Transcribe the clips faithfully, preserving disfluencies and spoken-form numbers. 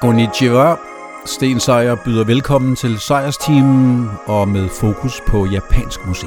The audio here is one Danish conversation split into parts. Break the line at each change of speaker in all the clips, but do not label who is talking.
Konnichiwa. Sten Sejer byder velkommen til Sejersteamen og med fokus på japansk musik.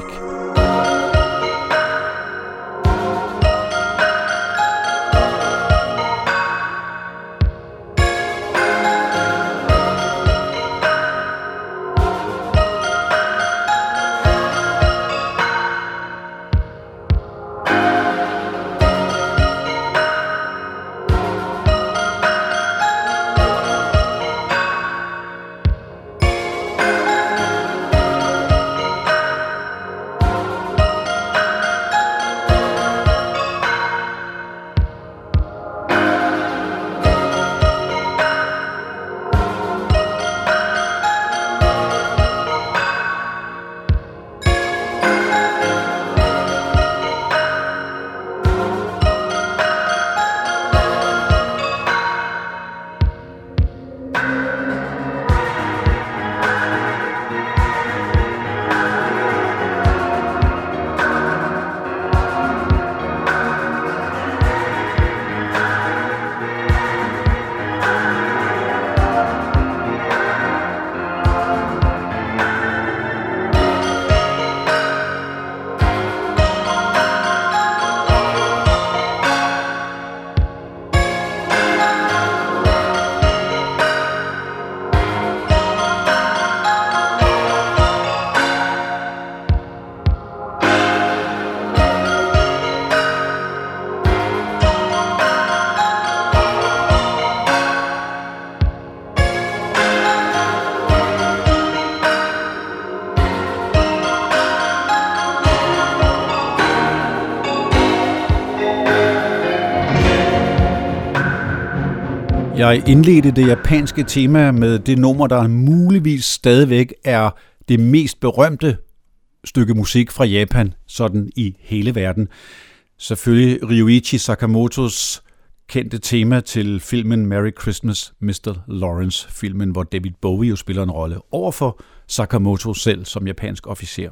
Jeg indledte det japanske tema med det nummer, der muligvis stadigvæk er det mest berømte stykke musik fra Japan, sådan i hele verden. Selvfølgelig Ryuichi Sakamotos kendte tema til filmen Merry Christmas, mister Lawrence, filmen, hvor David Bowie jo spiller en rolle overfor Sakamoto selv som japansk officer.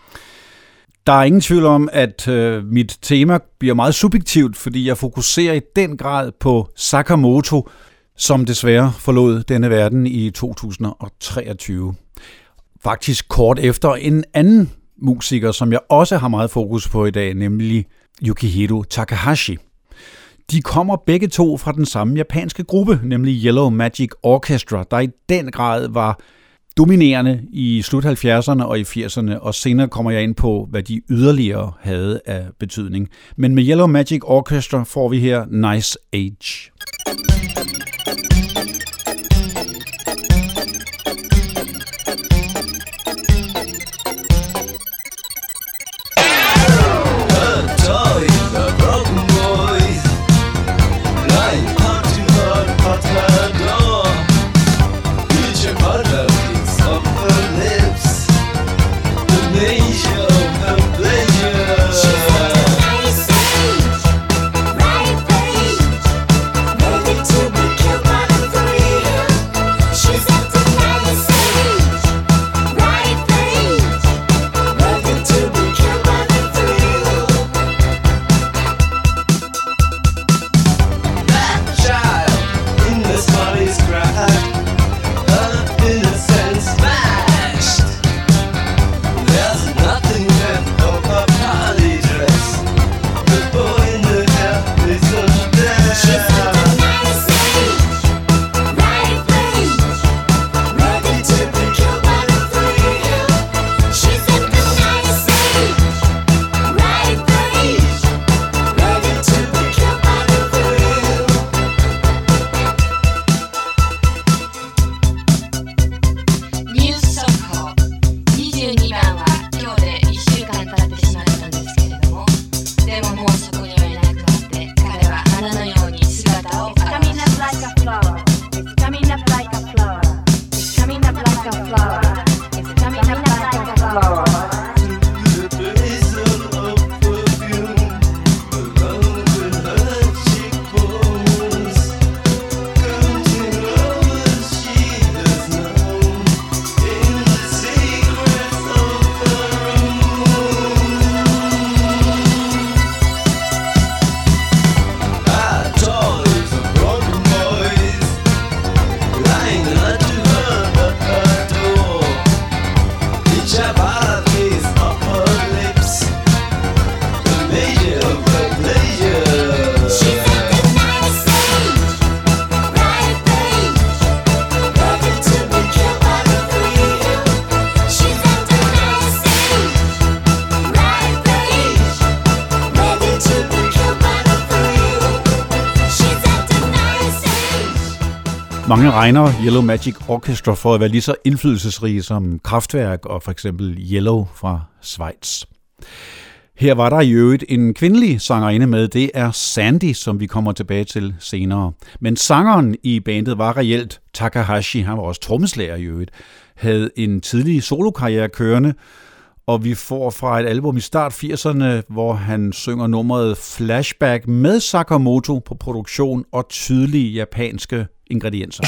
Der er ingen tvivl om, at øh, mit tema bliver meget subjektivt, fordi jeg fokuserer i den grad på Sakamoto, som desværre forlod denne verden i to tusind og treogtyve. Faktisk kort efter en anden musiker, som jeg også har meget fokus på i dag, nemlig Yukihiro Takahashi. De kommer begge to fra den samme japanske gruppe, nemlig Yellow Magic Orchestra, der i den grad var dominerende i slut halvfjerdserne og i firserne, og senere kommer jeg ind på, hvad de yderligere havde af betydning. Men med Yellow Magic Orchestra får vi her Nice Age.
She's at the nice age, right age, ready to
Mange regner Yellow Magic Orchestra for at være lige så indflydelsesrige som Kraftwerk og for eksempel Yellow fra Schweiz. Her var der i øvrigt en kvindelig sangerinde med, det er Sandy, som vi kommer tilbage til senere. Men sangeren i bandet var reelt Takahashi, han var også trommeslager i øvrigt, havde en tidlig solokarriere kørende, og vi får fra et album i start firserne, hvor han synger nummeret Flashback med Sakamoto på produktion og tydelige japanske ingredienser.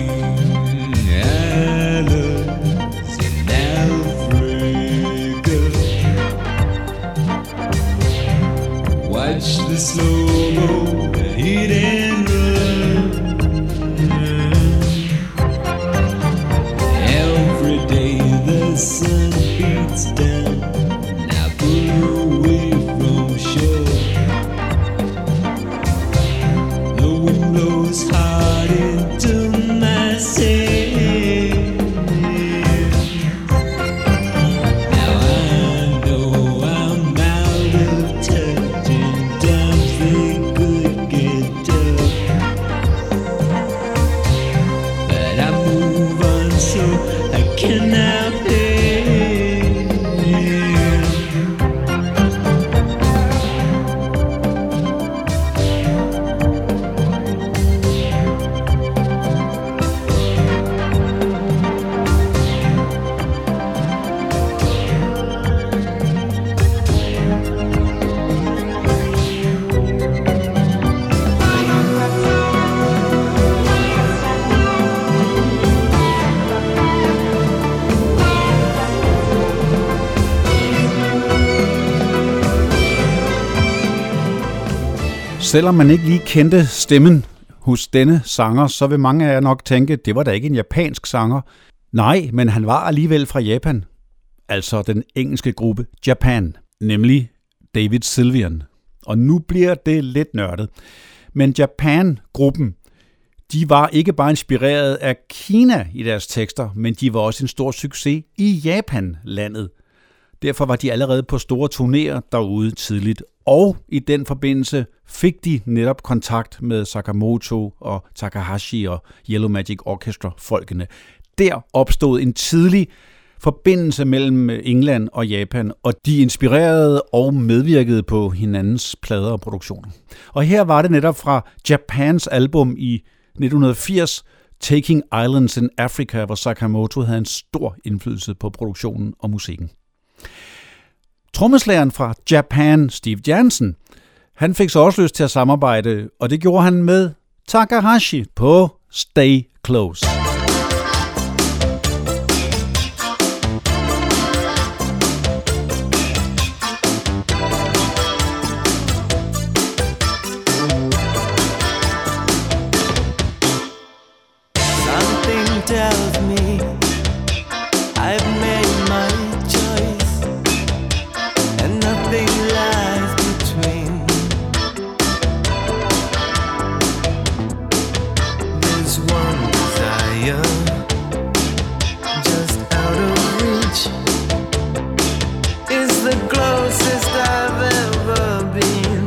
Good.
selvom man ikke lige kendte stemmen hos denne sanger, så vil mange af jer nok tænke, det var da ikke en japansk sanger. Nej, men han var alligevel fra Japan. Altså den engelske gruppe Japan, nemlig David Sylvian. Og nu bliver det lidt nørdet. Men Japan-gruppen, de var ikke bare inspireret af Kina i deres tekster, men de var også en stor succes i Japan-landet. Derfor var de allerede på store turnéer derude tidligt, og i den forbindelse fik de netop kontakt med Sakamoto og Takahashi og Yellow Magic Orchestra-folkene. Der opstod en tidlig forbindelse mellem England og Japan, og de inspirerede og medvirkede på hinandens plader og produktioner. Og her var det netop fra Japans album i nitten firs, Taking Islands in Africa, hvor Sakamoto havde en stor indflydelse på produktionen og musikken. Trommeslageren fra Japan, Steve Jansen, han fik så også lyst til at samarbejde, og det gjorde han med Takahashi på Stay Close.
Tells me I've made my choice and nothing lies between. There's one desire just out of reach, is the closest I've ever been.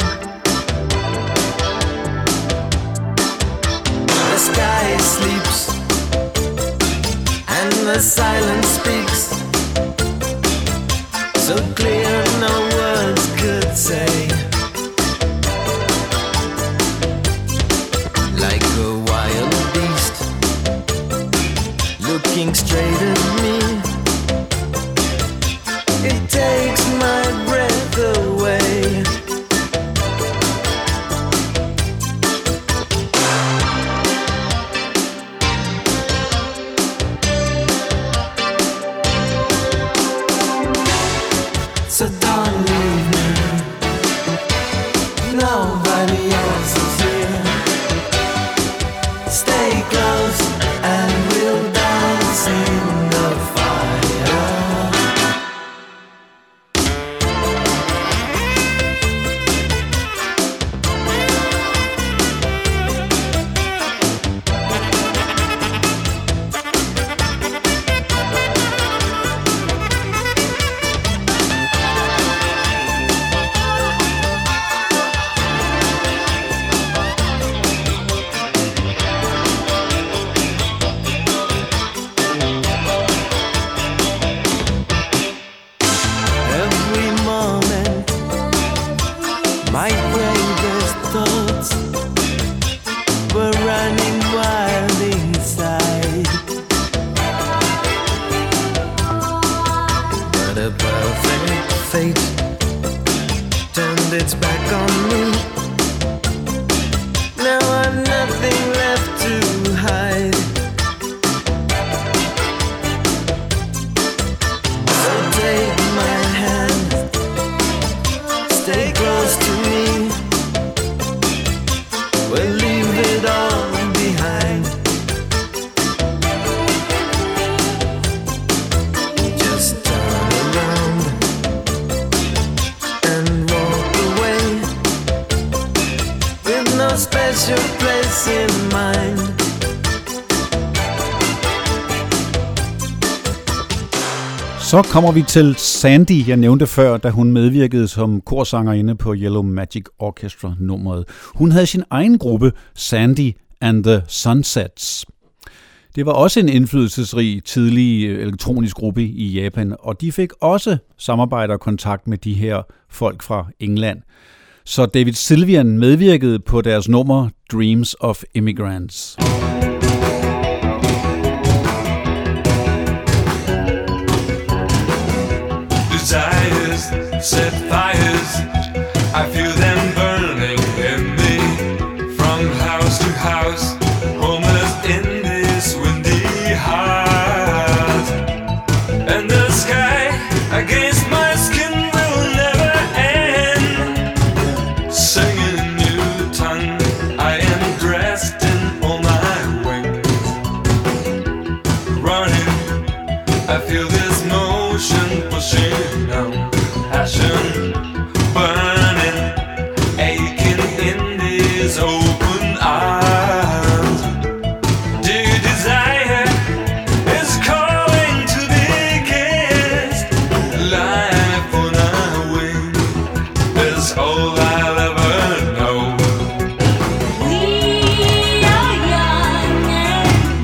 The sky sleeps and the silence speaks, so clear no words could say. Like a wild beast looking straight at me, it takes my breath away. So don't leave me, nobody else is here. Stay close and we'll dance in the fire.
Så kommer vi til Sandy, jeg nævnte før, da hun medvirkede som korsangerinde på Yellow Magic Orchestra-nummeret. Hun havde sin egen gruppe, Sandy and the Sunsets. Det var også en indflydelsesrig tidlig elektronisk gruppe i Japan, og de fik også samarbejde og kontakt med de her folk fra England. Så David Sylvian medvirkede på deres nummer Dreams of Immigrants.
Desires set fires, I feel them burning in me. From house to house, homeless in this windy heart. And the sky against my skin will never end, singing new time. I feel this motion pushing on, passion burning, aching in these open arms. Dear desire is calling to be kissed. Life on a wing is all I'll ever know.
We are young and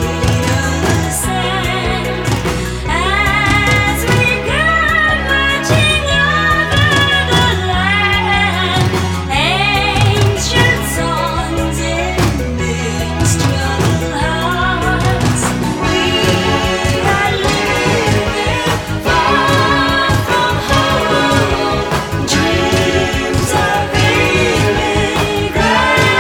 innocent as we go marching over the land. Ancient songs in minstrel hearts. We are living far from home. Dreams of immigrants.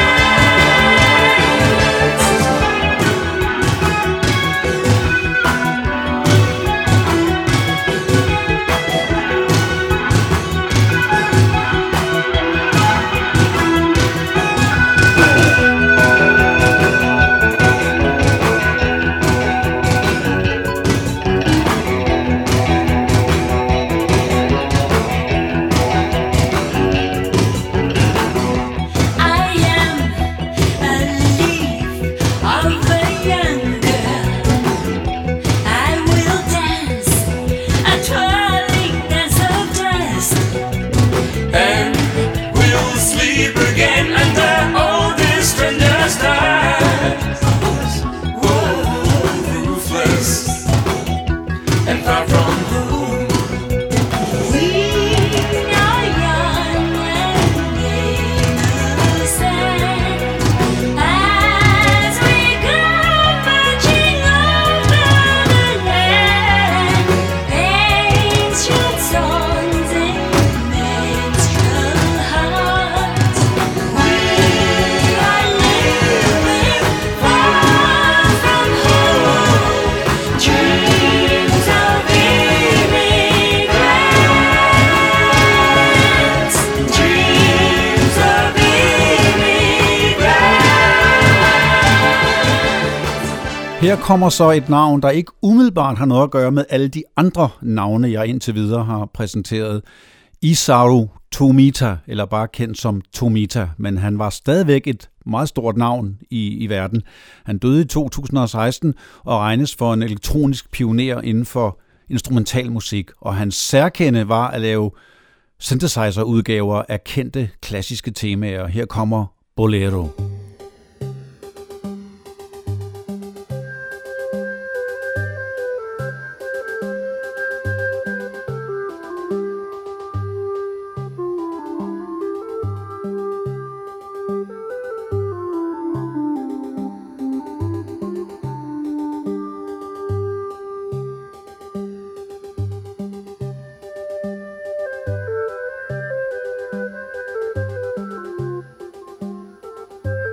I am a leaf of a young girl. I will dance a twirling dance of dust,
And we'll sleep again under all these stranger stars. Whoa, roofless and far from home.
we are young and innocent as we go marching over the land. Ancient songs in minstrel hearts. We are living far from home. Dreams of immigrants. Dreams of immigrants.
Her kommer så et navn, der ikke umiddelbart har noget at gøre med alle de andre navne, jeg indtil videre har præsenteret. Isaru Tomita, eller bare kendt som Tomita, men han var stadigvæk et meget stort navn i, i verden. Han døde i to tusind og seksten og regnes for en elektronisk pioner inden for instrumentalmusik, og hans særkende var at lave synthesizer-udgaver af kendte klassiske temaer. Her kommer Bolero.
We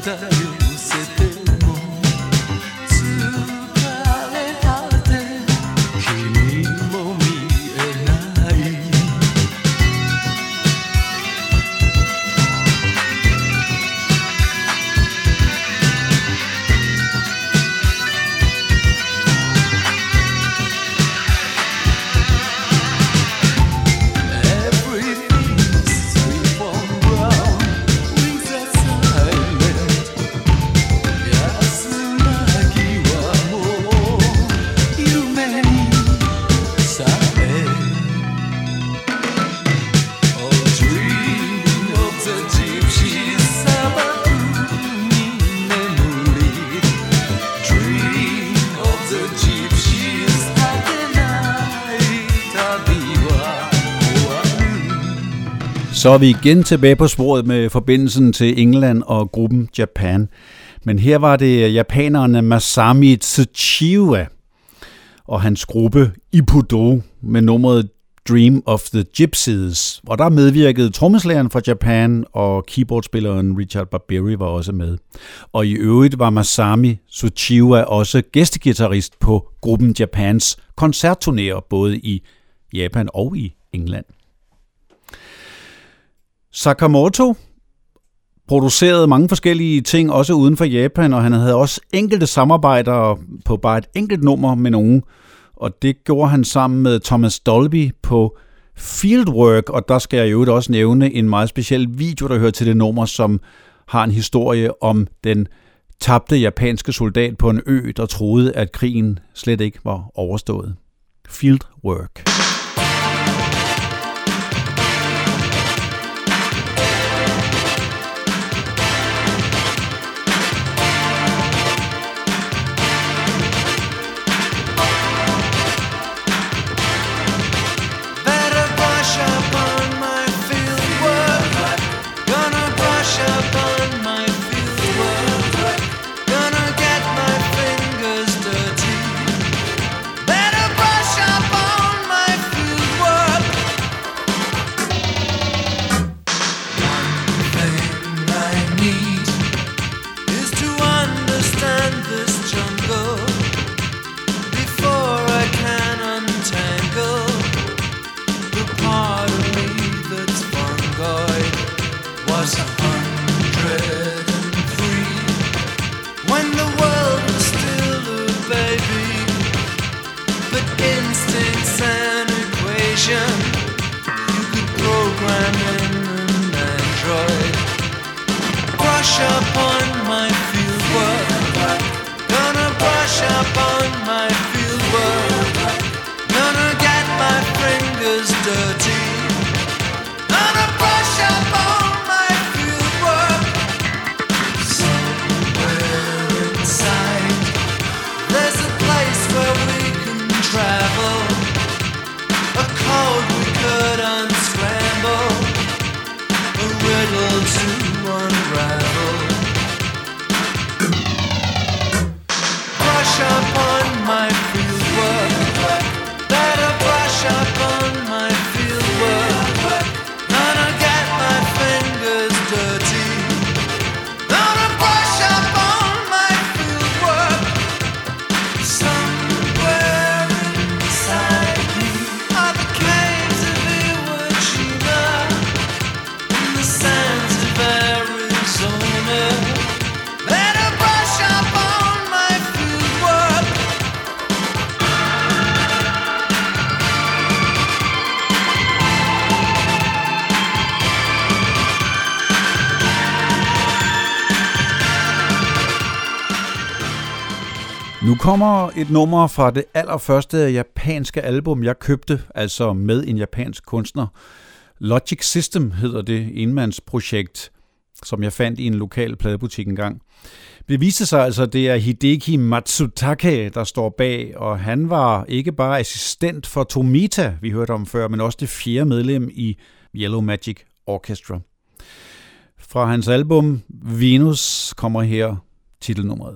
Så er vi igen tilbage på sporet med forbindelsen til England og gruppen Japan. Men her var det japanerne Masami Tsuchiya og hans gruppe Ippudo med nummeret Dream of the Gypsies. Og der medvirkede trommeslageren fra Japan, og keyboardspilleren Richard Barberi var også med. Og i øvrigt var Masami Tsuchiya også gæstegitarrist på gruppen Japans koncertturnéer, både i Japan og i England. Sakamoto producerede mange forskellige ting, også uden for Japan, og han havde også enkelte samarbejder på bare et enkelt nummer med nogen, og det gjorde han sammen med Thomas Dolby på Fieldwork, og der skal jeg jo også nævne en meget speciel video, der hører til det nummer, som har en historie om den tabte japanske soldat på en ø, der troede, at krigen slet ikke var overstået. Fieldwork. Nu kommer et nummer fra det allerførste japanske album, jeg købte, altså med en japansk kunstner. Logic System hedder det enmandsprojekt, som jeg fandt i en lokal pladebutik engang. Det viste sig altså, at det er Hideki Matsutake, der står bag, og han var ikke bare assistent for Tomita, vi hørte om før, men også det fjerde medlem i Yellow Magic Orchestra. Fra hans album Venus kommer her titelnummeret.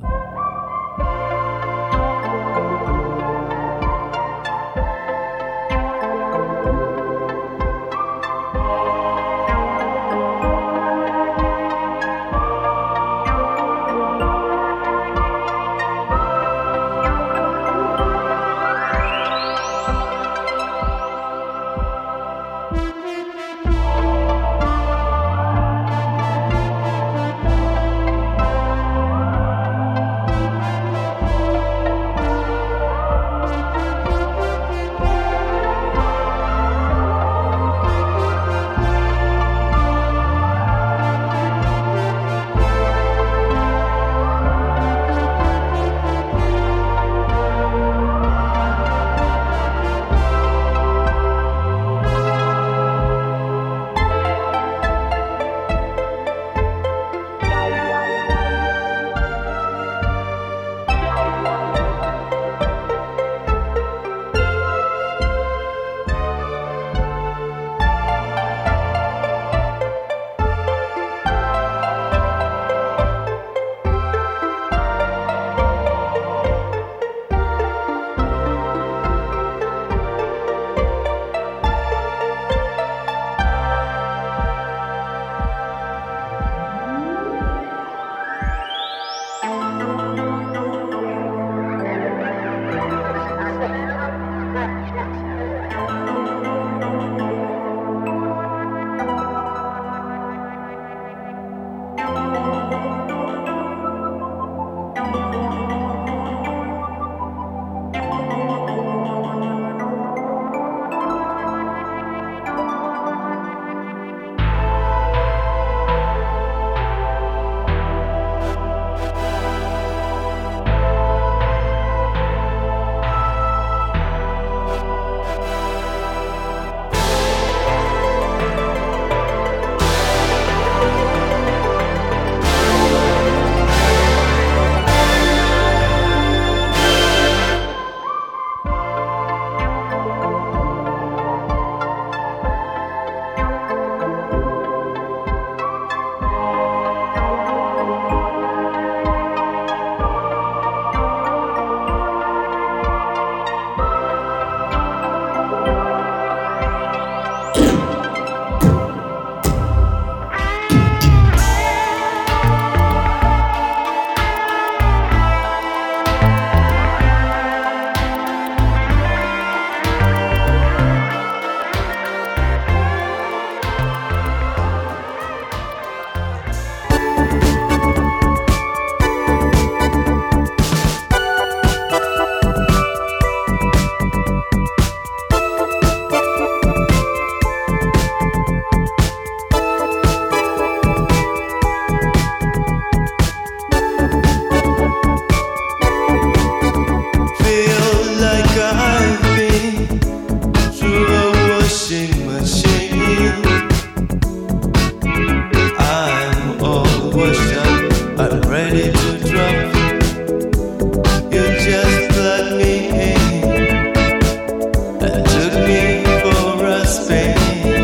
question, I'm ready to drop. You just plugged me in and took me for a spin.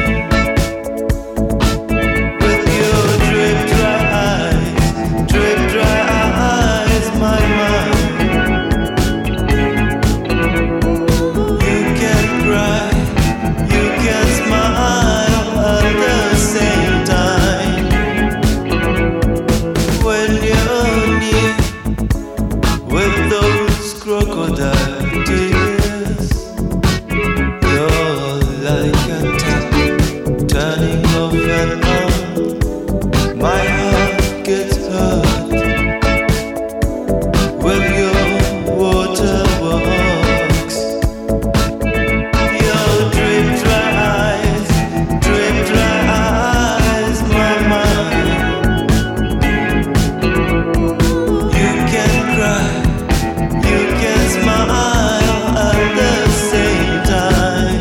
With your drip dry eyes, drip dry eyes, my mind. You can cry, you can smile at the same time. When you're near with those crocodile tears, you're like a tap turning off and on. My heart gets hurt when your water walks. Your drip dry eyes, drip dry eyes, my mind. You can cry, you can smile at the same time.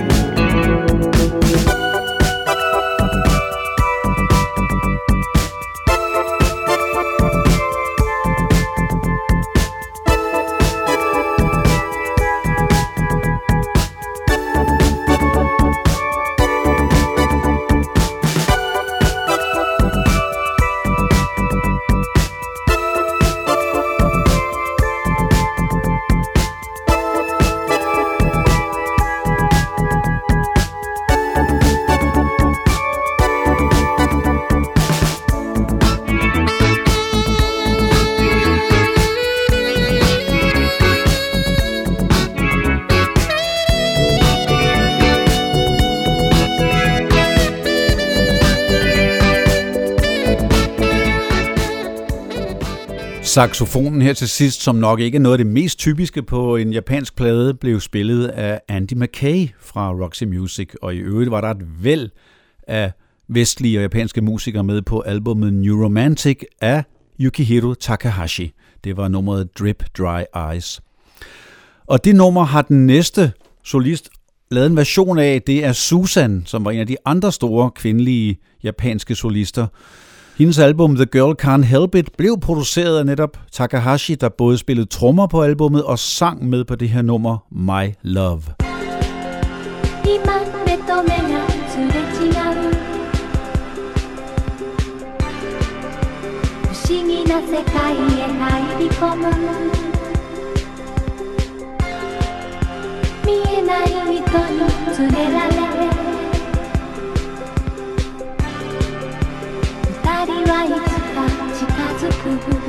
Saxofonen her til sidst, som nok ikke er noget af det mest typiske på en japansk plade, blev spillet af Andy Mackay fra Roxy Music, og i øvrigt var der et væld af vestlige og japanske musikere med på albumet New Romantic af Yukihiro Takahashi. Det var nummeret Drip Dry Eyes. Og det nummer har den næste solist lavet en version af. Det er Susan, som var en af de andre store kvindelige japanske solister. Hendes album The Girl Can't Help It blev produceret af netop Takahashi, der både spillede trommer på albummet og sang med på det her nummer My Love.
今目と目がすれ違う不思議な世界へ入り込む見えない人に連れられ二人はいつか近づく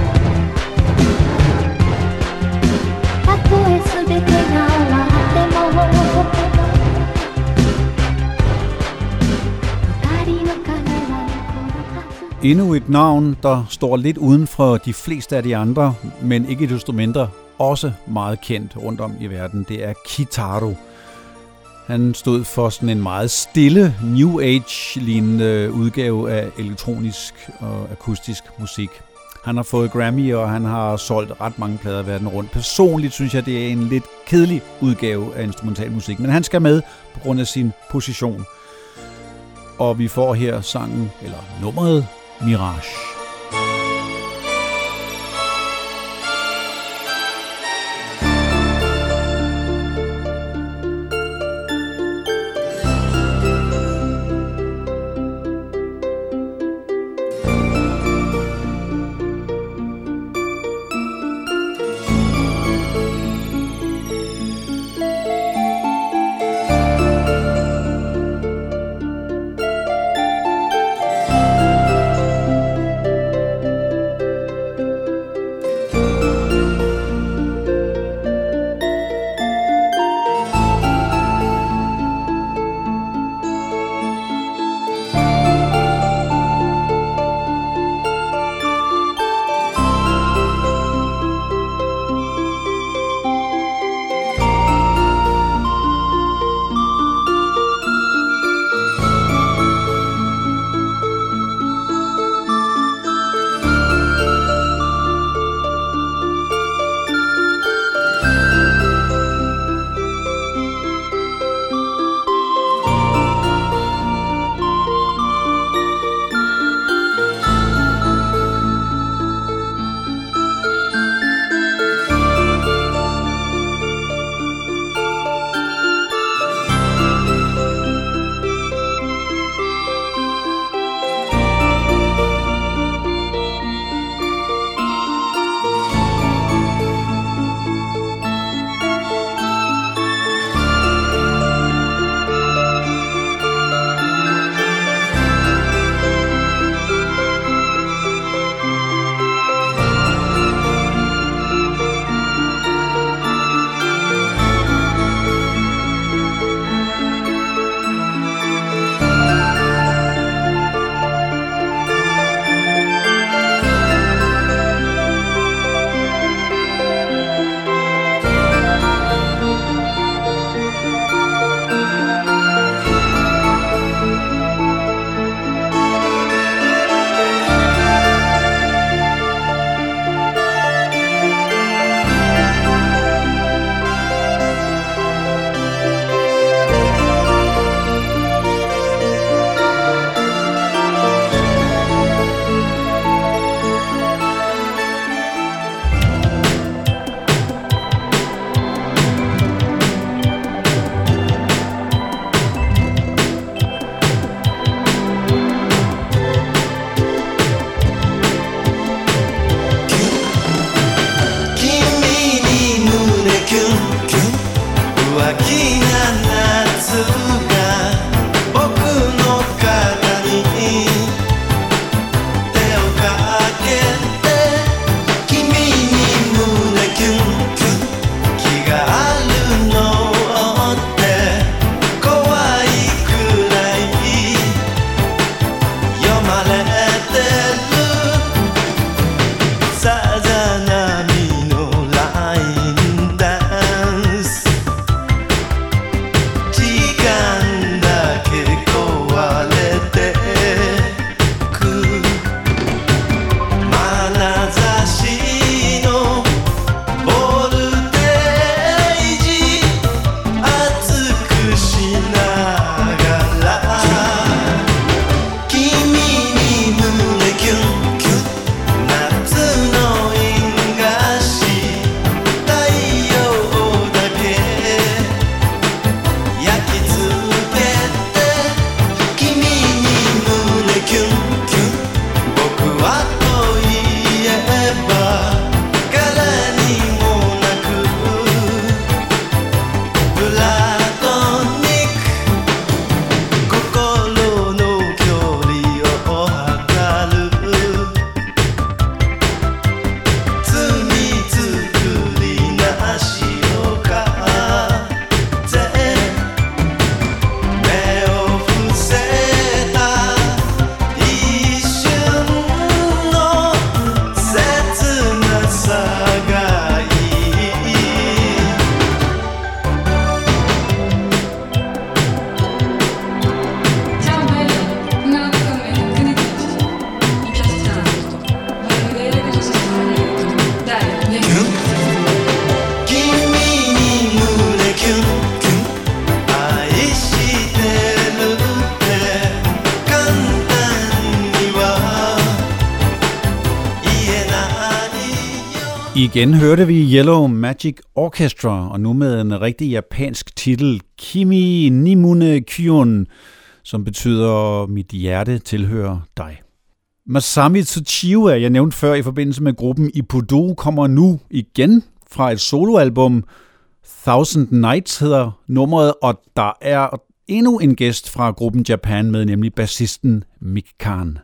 たとえ全てが終わっても
Endnu et navn, der står lidt uden for de fleste af de andre, men ikke desto mindre også meget kendt rundt om i verden. Det er Kitaro. Han stod for sådan en meget stille, New Age-lignende udgave af elektronisk og akustisk musik. Han har fået Grammy, og han har solgt ret mange plader verden rundt. Personligt synes jeg, det er en lidt kedelig udgave af instrumental musik, men han skal med på grund af sin position. Og vi får her sangen, eller nummeret, Mirage. Igen hørte vi Yellow Magic Orchestra, og nu med en rigtig japansk titel, Kimi ni Mune Kyon, som betyder mit hjerte tilhører dig. Masami Tsuchiya, jeg nævnte før i forbindelse med gruppen Ippudo, kommer nu igen fra et soloalbum. Thousand Nights hedder nummeret, og der er endnu en gæst fra gruppen Japan med, nemlig bassisten Mick Kahn.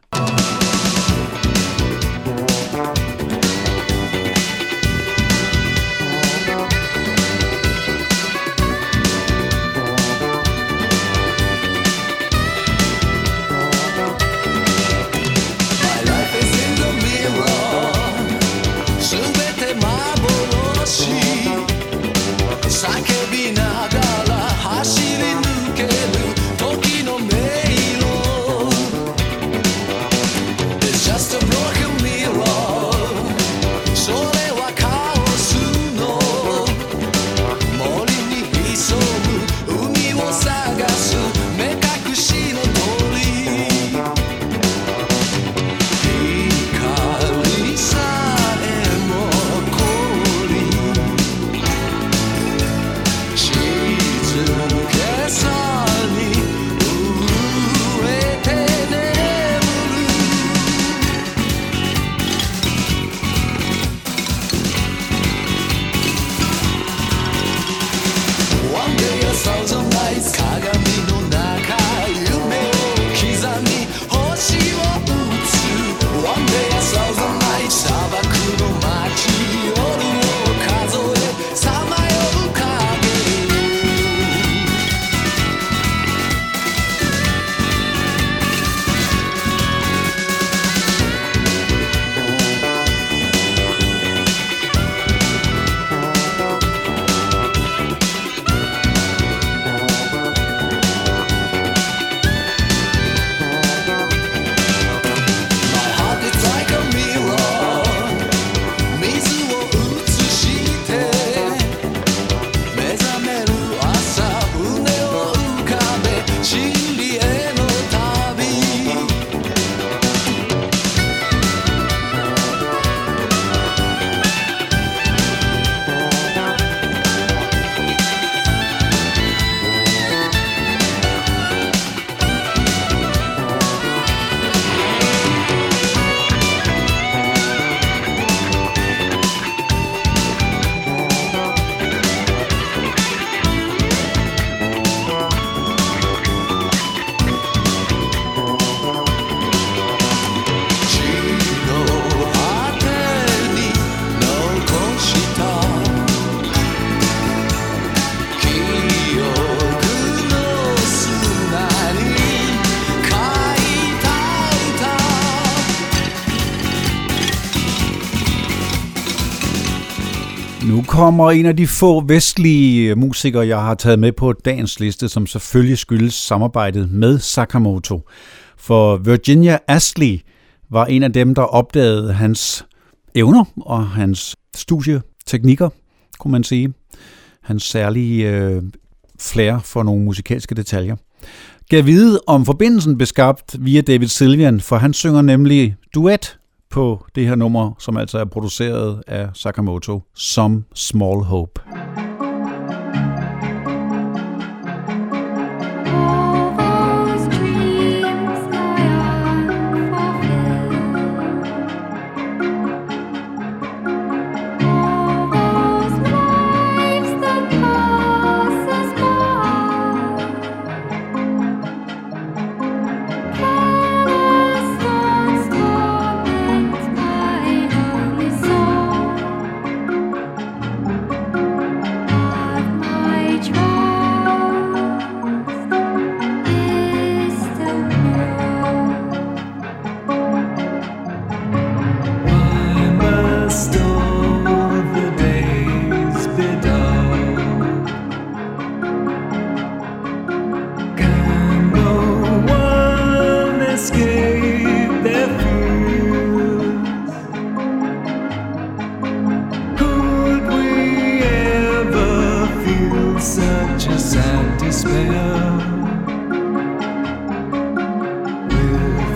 Nu kommer en af de få vestlige musikere, jeg har taget med på dagens liste, som selvfølgelig skyldes samarbejdet med Sakamoto. For Virginia Astley var en af dem, der opdagede hans evner og hans studieteknikker, kunne man sige. Hans særlige øh, flair for nogle musikalske detaljer. Gav vide om forbindelsen blev skabt via David Sylvian, for han synger nemlig duet på det her nummer, som altså er produceret af Sakamoto, Some Small Hope.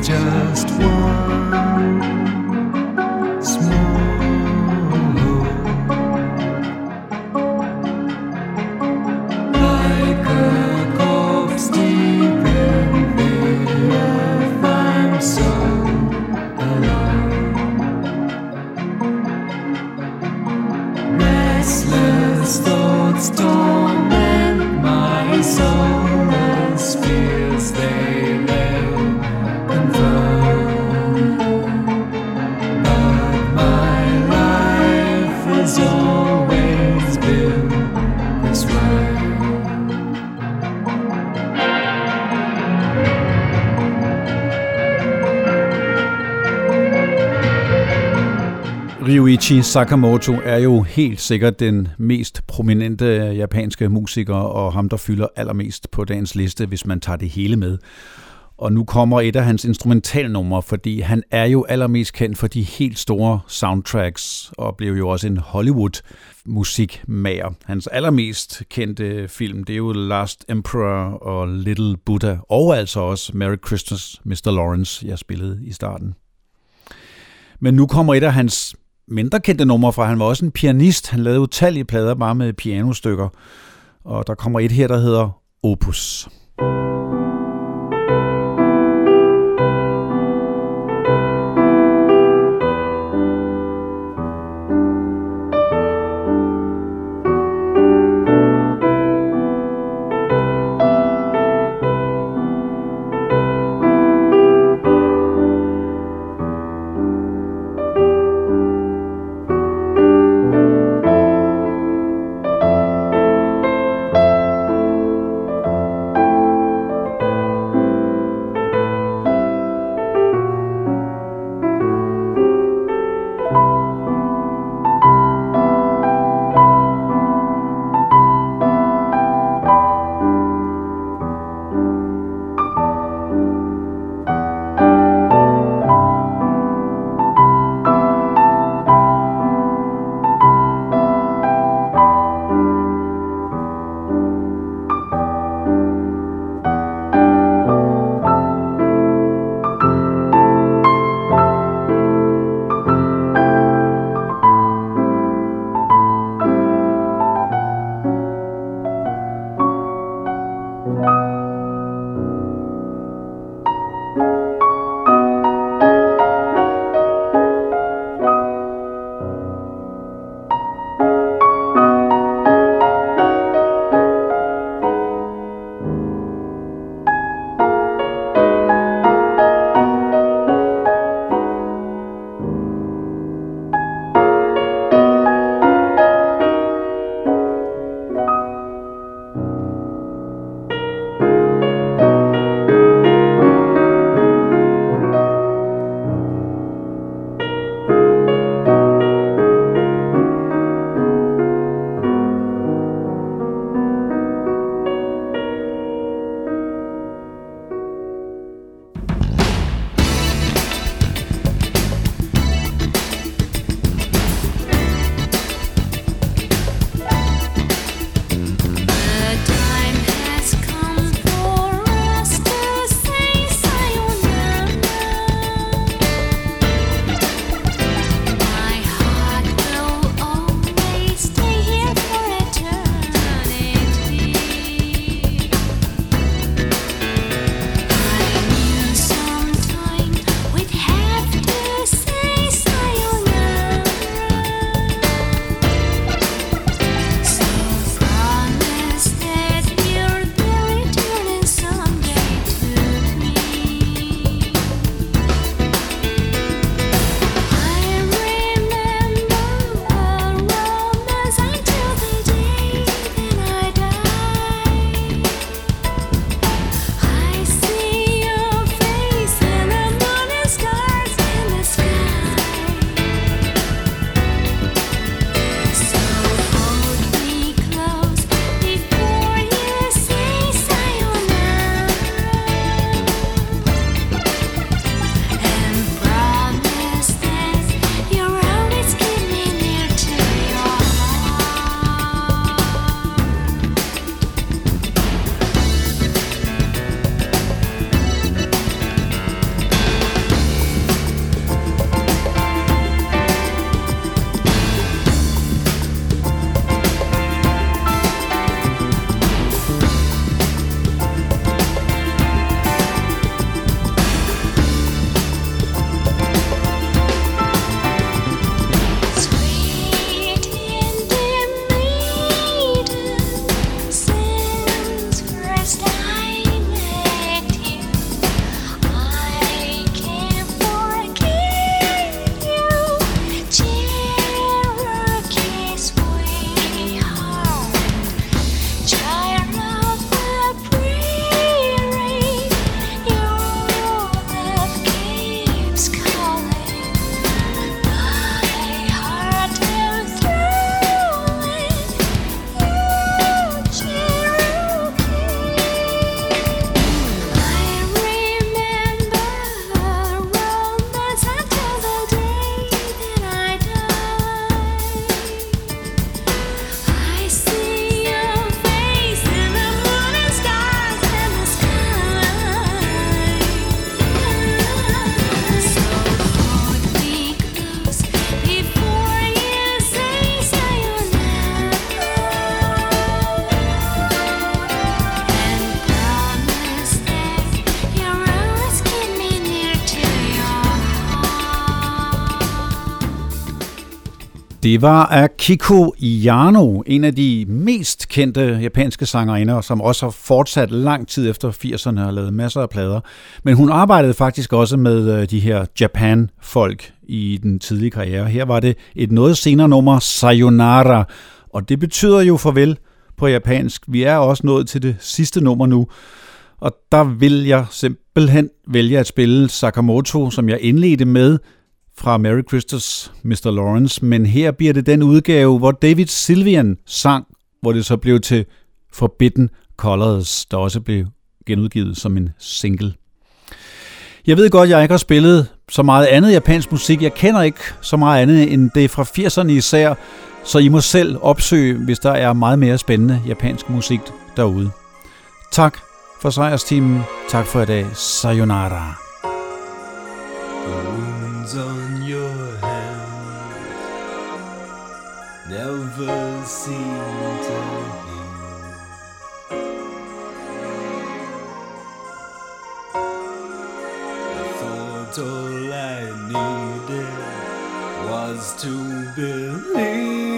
Just one small hope.
Ryuichi Sakamoto er jo helt sikkert den mest prominente japanske musiker, og ham, der fylder allermest på dagens liste, hvis man tager det hele med. Og nu kommer et af hans instrumentalnumre, fordi han er jo allermest kendt for de helt store soundtracks, og blev jo også en Hollywood-musikmager. Hans allermest kendte film, det er jo Last Emperor og Little Buddha, og altså også Merry Christmas, mister Lawrence, jeg spillede i starten. Men nu kommer et af hans mindre kendte numre fra. Han var også en pianist. Han lavede utallige plader bare med pianostykker. Og der kommer et her, der hedder Opus. Det var Akiko Yano, en af de mest kendte japanske sangerinder, som også har fortsat lang tid efter firserne og lavet masser af plader. Men hun arbejdede faktisk også med de her Japan-folk i den tidlige karriere. Her var det et noget senere nummer, Sayonara, og det betyder jo farvel på japansk. Vi er også nået til det sidste nummer nu, og der vil jeg simpelthen vælge at spille Sakamoto, som jeg indledte med, fra Merry Christmas, mister Lawrence, men her bliver det den udgave, hvor David Sylvian sang, hvor det så blev til Forbidden Colors, der også blev genudgivet som en single. Jeg ved godt, jeg ikke har spillet så meget andet japansk musik. Jeg kender ikke så meget andet end det fra firserne især, så I må selv opsøge, hvis der er meget mere spændende japansk musik derude. Tak for sejrsteamen. Tak for i dag. Sayonara.
On your hands never seem to heal. I thought all I needed was to believe.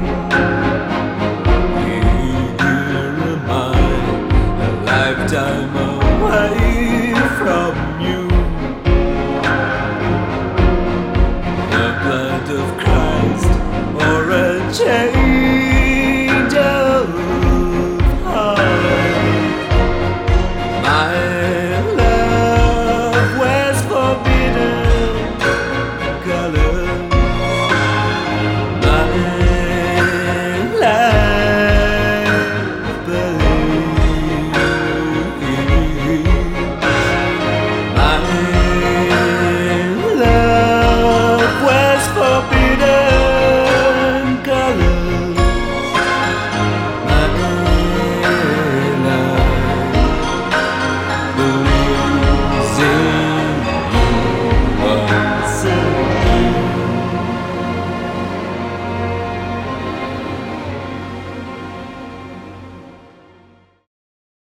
Time